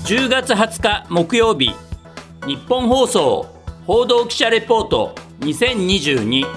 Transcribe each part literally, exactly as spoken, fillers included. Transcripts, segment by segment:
じゅうがつはつか木曜日、日本放送報道記者レポートにせんにじゅうに。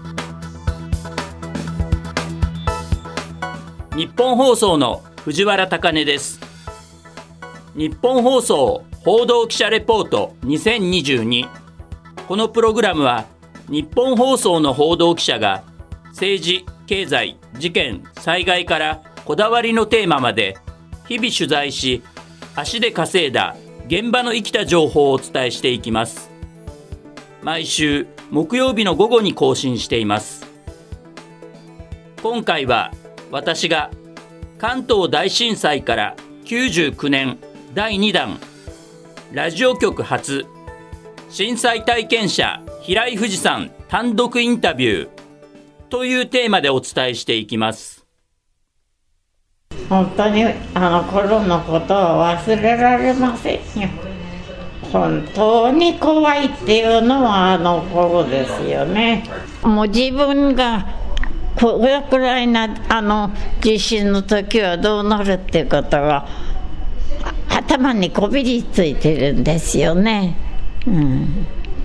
日本放送の藤原貴根です。日本放送報道記者レポートにせんにじゅうに。このプログラムは日本放送の報道記者が政治、経済、事件、災害からこだわりのテーマまで日々取材し、足で稼いだ現場の生きた情報をお伝えしていきます。毎週木曜日の午後に更新しています。今回は私が関東大震災からきゅうじゅうきゅうねんだいにだんラジオ局初震災体験者平井富士さん単独インタビューというテーマでお伝えしていきます。 本当にあの頃のことは忘れられませんよ。本当に怖いっていうのはあの頃ですよね。もう自分がこれくらいなあの地震の時はどうなるっていうことが頭にこびりついてるんですよね、うん、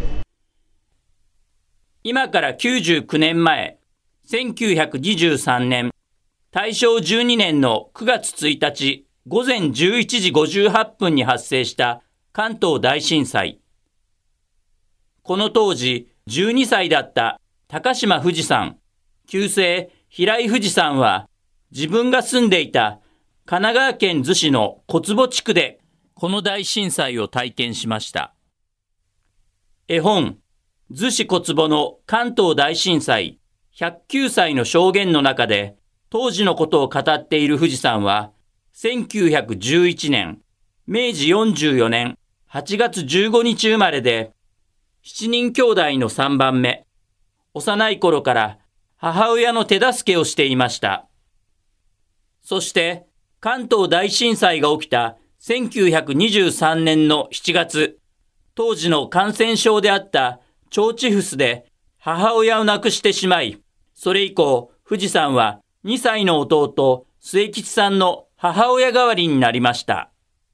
今からきゅうじゅうきゅうねんまえ、せんきゅうひゃくにじゅうさんねん大正じゅうにねんのくがつついたちごぜんじゅういちじごじゅうはっぷんに発生した関東大震災。この当時じゅうにさいだった高島富士さん、旧姓平井富士さんは自分が住んでいた神奈川県逗子の小坪地区でこの大震災を体験しました。絵本逗子小坪の関東大震災ひゃくきゅうさいの証言の中で当時のことを語っている富士さんはせんきゅうひゃくじゅういちねんめいじよんじゅうよねんはちがつじゅうごにち生まれでしちにん兄弟のさんばんめ、幼い頃から母親の手助けをしていました。そして関東大震災が起きたせんきゅうひゃくにじゅうさんねんのしちがつ、当時の感染症であった腸チフスで母親を亡くしてしまい、それ以降富士さんはにさいの弟末吉さんの母親代わりになりました。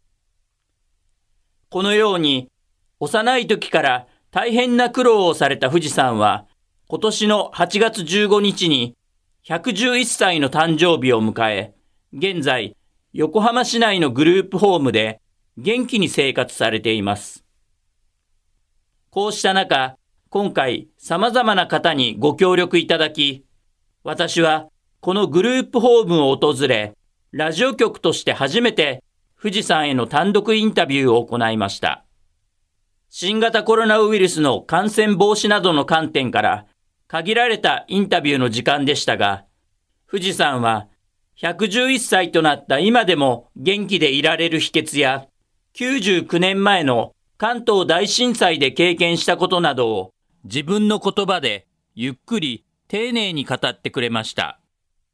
このように幼い時から大変な苦労をされた富士さんは今年のはちがつじゅうごにちにひゃくじゅういっさいの誕生日を迎え、現在横浜市内のグループホームで元気に生活されています。こうした中、今回様々な方にご協力いただき、私はこのグループホームを訪れ、ラジオ局として初めて富士山への単独インタビューを行いました。新型コロナウイルスの感染防止などの観点から限られたインタビューの時間でしたが、富士山はひゃくじゅういっさいとなった今でも元気でいられる秘訣や、きゅうじゅうきゅうねんまえの関東大震災で経験したことなどを自分の言葉でゆっくり丁寧に語ってくれました。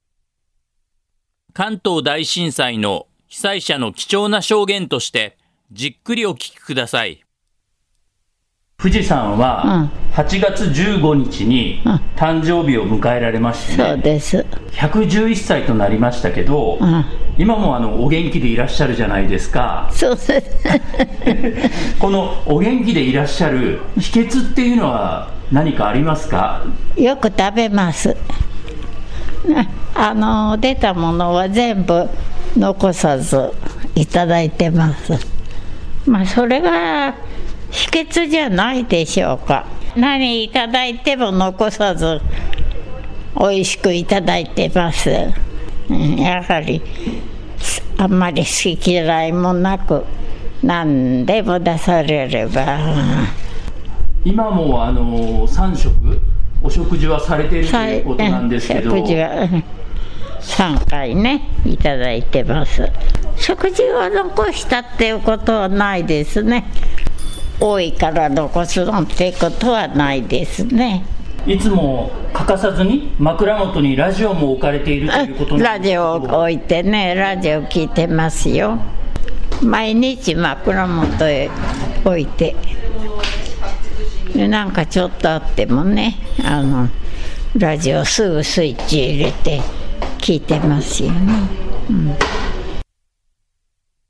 関東大震災の被災者の貴重な証言としてじっくりお聞きください。富士山ははちがつじゅうごにちに誕生日を迎えられましてね、 そうです。 ひゃくじゅういっさいとなりましたけど、うん、今もあのお元気でいらっしゃるじゃないですか。 そうですこのお元気でいらっしゃる秘訣っていうのは何かありますか？ よく食べます。あの出たものは全部残さずいただいてます。まあそれが秘訣じゃないでしょうか。何いただいても残さず美味しくいただいてます。やはりあんまり好き嫌いもなく何でも出されれば。 今もあのさんしょくお食事はされているということなんですけど、 食事はさんかいねいただいてます。食事は残したっていうことはないですね。多いから残すなんてことはないですね。 いつも欠かさずに枕元にラジオも置かれているということなんですけど、 ラジオを置いてね、ラジオ聞いてますよ。毎日枕元へ置いて、でなんかちょっとあってもね、あのラジオすぐスイッチ入れて聞いてますよね、うん。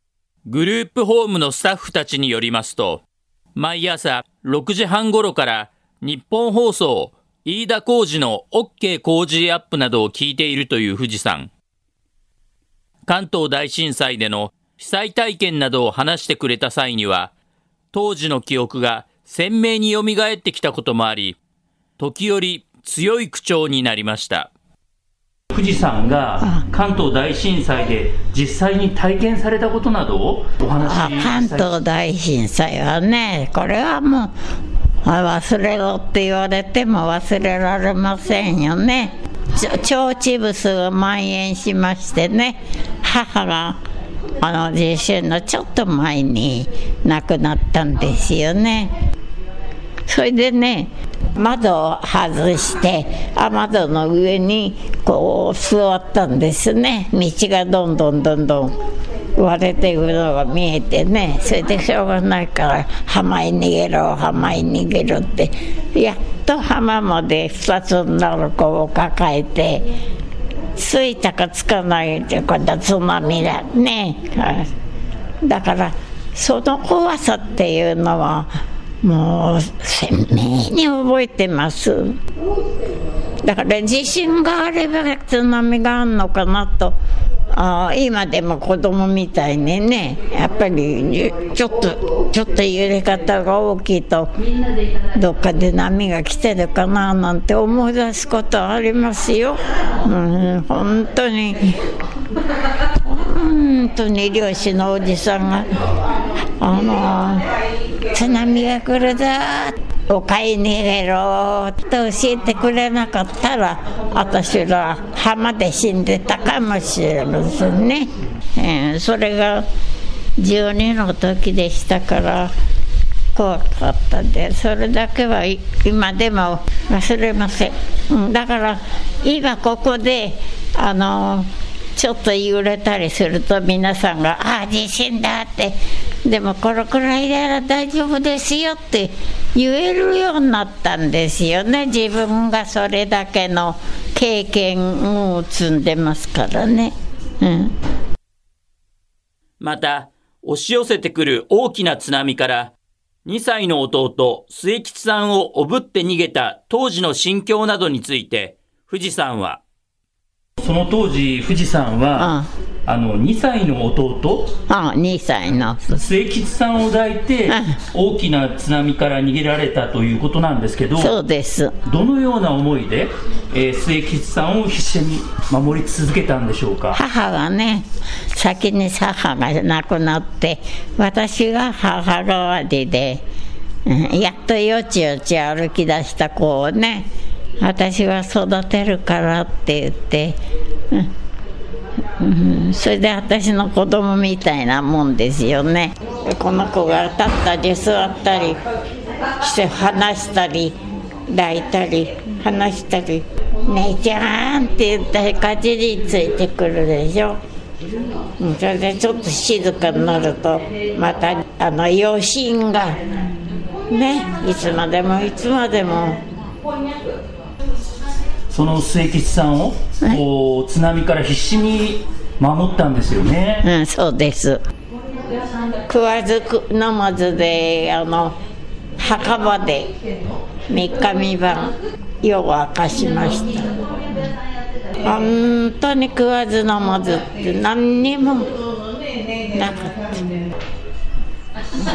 グループホームのスタッフたちによりますと、毎朝ろくじはん頃から日本放送飯田浩司の OK 工事アップなどを聞いているという藤さん。関東大震災での被災体験などを話してくれた際には、当時の記憶が鮮明に蘇ってきたこともあり、時折強い口調になりました。藤さんが関東大震災で実際に体験されたことなどをお話しされて。 関東大震災はね、これはもう忘れろって言われても忘れられませんよね。腸チブスが蔓延しましてね、母があの地震のちょっと前に亡くなったんですよね。それでね、窓を外して雨戸の上にこう座ったんですね。道がどんどんどんどん割れていくのが見えてね、それでしょうがないから浜へ逃げろ浜へ逃げろって、やっと浜までふたつになる子を抱えて、着いたか着かないって今度は津波だね。だからその怖さっていうのはもう鮮明に覚えてます。だから地震があれば津波があるのかなと、あ今でも子供みたいにね、やっぱりちょっとちょっと揺れ方が大きいとどっかで波が来てるかななんて思い出すことありますよ。うん、本当に本当に漁師のおじさんがあの津波が来るぞ丘へ逃げろと教えてくれなかったら私ら浜で死んでたかもしれませんね、えー、それがじゅうにの時でしたから怖かったんで、それだけは今でも忘れません、うん、だから今ここであのちょっと揺れたりすると皆さんがああ地震だって、でもこれくらいなら大丈夫ですよって言えるようになったんですよね。自分がそれだけの経験を積んでますからね、うん、 また押し寄せてくる大きな津波からにさいの弟末吉さんをおぶって逃げた当時の心境などについて藤さんは、その当時藤さんは、ああのにさいの弟、 ああにさいの末吉さんを抱いて大きな津波から逃げられたということなんですけど、 そうです。 どのような思いで、えー、末吉さんを必死に守り続けたんでしょうか。 母がね、先に母が亡くなって私が母代わりで、うん、やっとよちよち歩き出した子をね、私は育てるからって言って、うんうん、それで私の子供みたいなもんですよね。この子が立ったり座ったりして話したり抱いたり話したり、姉ちゃんって言ってかじりついてくるでしょ。それでちょっと静かになるとまたあの余震がね、いつまでもいつまでも。 その末吉さんをこう津波から必死に守ったんですよね。 うん、そうです。食わず飲まずであの墓場でみっかみばん夜を明かしました。本当に食わず飲まずって何にもなかった。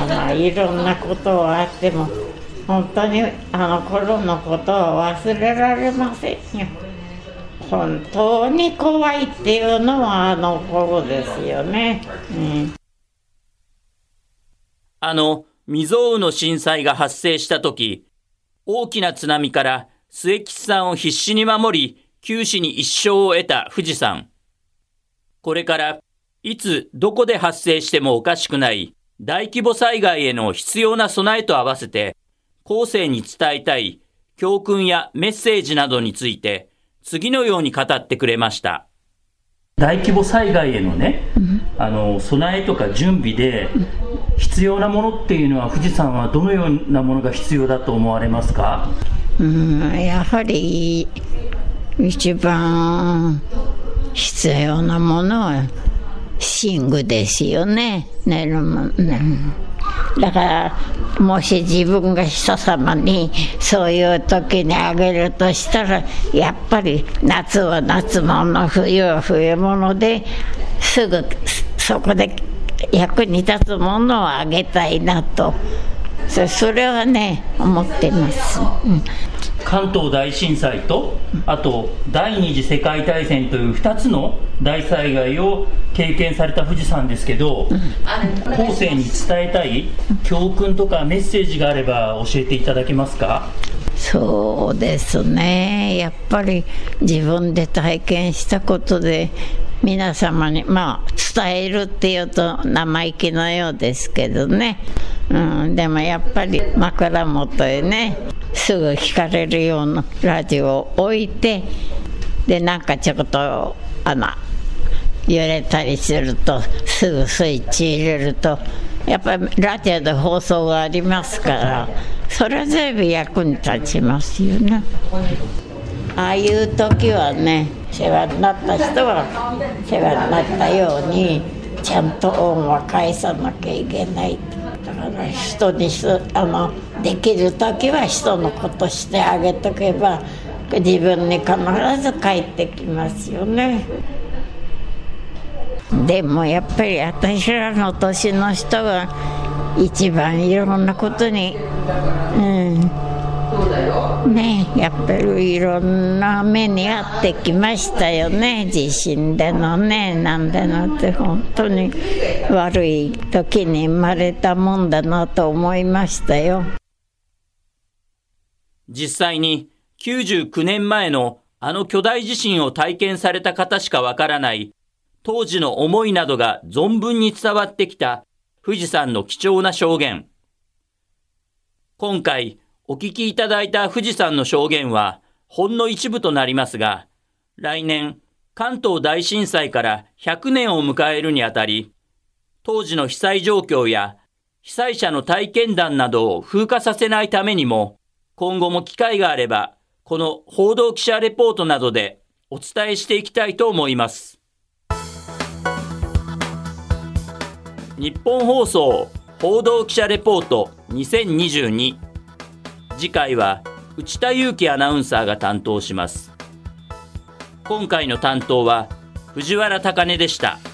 まあいろんなことはあっても本当にあの頃のことは忘れられませんよ。本当に怖いっていうのはあの頃ですよね、うん、 あの未曾有の震災が発生した時、大きな津波から末吉さんを必死に守り九死に一生を得た藤さん。これからいつどこで発生してもおかしくない大規模災害への必要な備えと合わせて後世に伝えたい教訓やメッセージなどについて次のように語ってくれました。大規模災害へのね、うん、あの備えとか準備で必要なものっていうのは藤さんはどのようなものが必要だと思われますか。 うん、やはり一番必要なものは寝具ですよね、寝るもんね。だからもし自分が人様にそういう時にあげるとしたら、やっぱり夏は夏物、冬は冬物ですぐそこで役に立つものをあげたいなと、それはね思ってます、うん、 関東大震災とあと第二次世界大戦というふたつの大災害を経験された富士山ですけど、うん、後世に伝えたい教訓とかメッセージがあれば教えていただけますか？ そうですね、やっぱり自分で体験したことで皆様に、まあ、伝えるっていうと生意気のようですけどね、うん、でもやっぱり枕元へねすぐ聞かれるようなラジオを置いて、でなんかちょっとあの揺れたりするとすぐスイッチ入れるとやっぱりラジオで放送がありますから、それは全部役に立ちますよね。ああいう時はね、世話になった人は世話になったようにちゃんと恩は返さなきゃいけない。だから人にあのできる時は人のことしてあげとけば自分に必ず返ってきますよね。でもやっぱり私らの年の人が一番いろんなことに、うんね、やっぱりいろんな目に遭ってきましたよね。地震でのね、なんでのって本当に悪い時に生まれたもんだなと思いましたよ。 実際にきゅうじゅうきゅうねんまえのあの巨大地震を体験された方しかわからない当時の思いなどが存分に伝わってきた富士山の貴重な証言。今回お聞きいただいた富士山の証言はほんの一部となりますが、来年関東大震災からひゃくねんを迎えるにあたり、当時の被災状況や被災者の体験談などを風化させないためにも、今後も機会があればこの報道記者レポートなどでお伝えしていきたいと思います。日本放送報道記者レポートにせんにじゅうに、次回は内田裕樹アナウンサーが担当します。今回の担当は藤原貴根でした。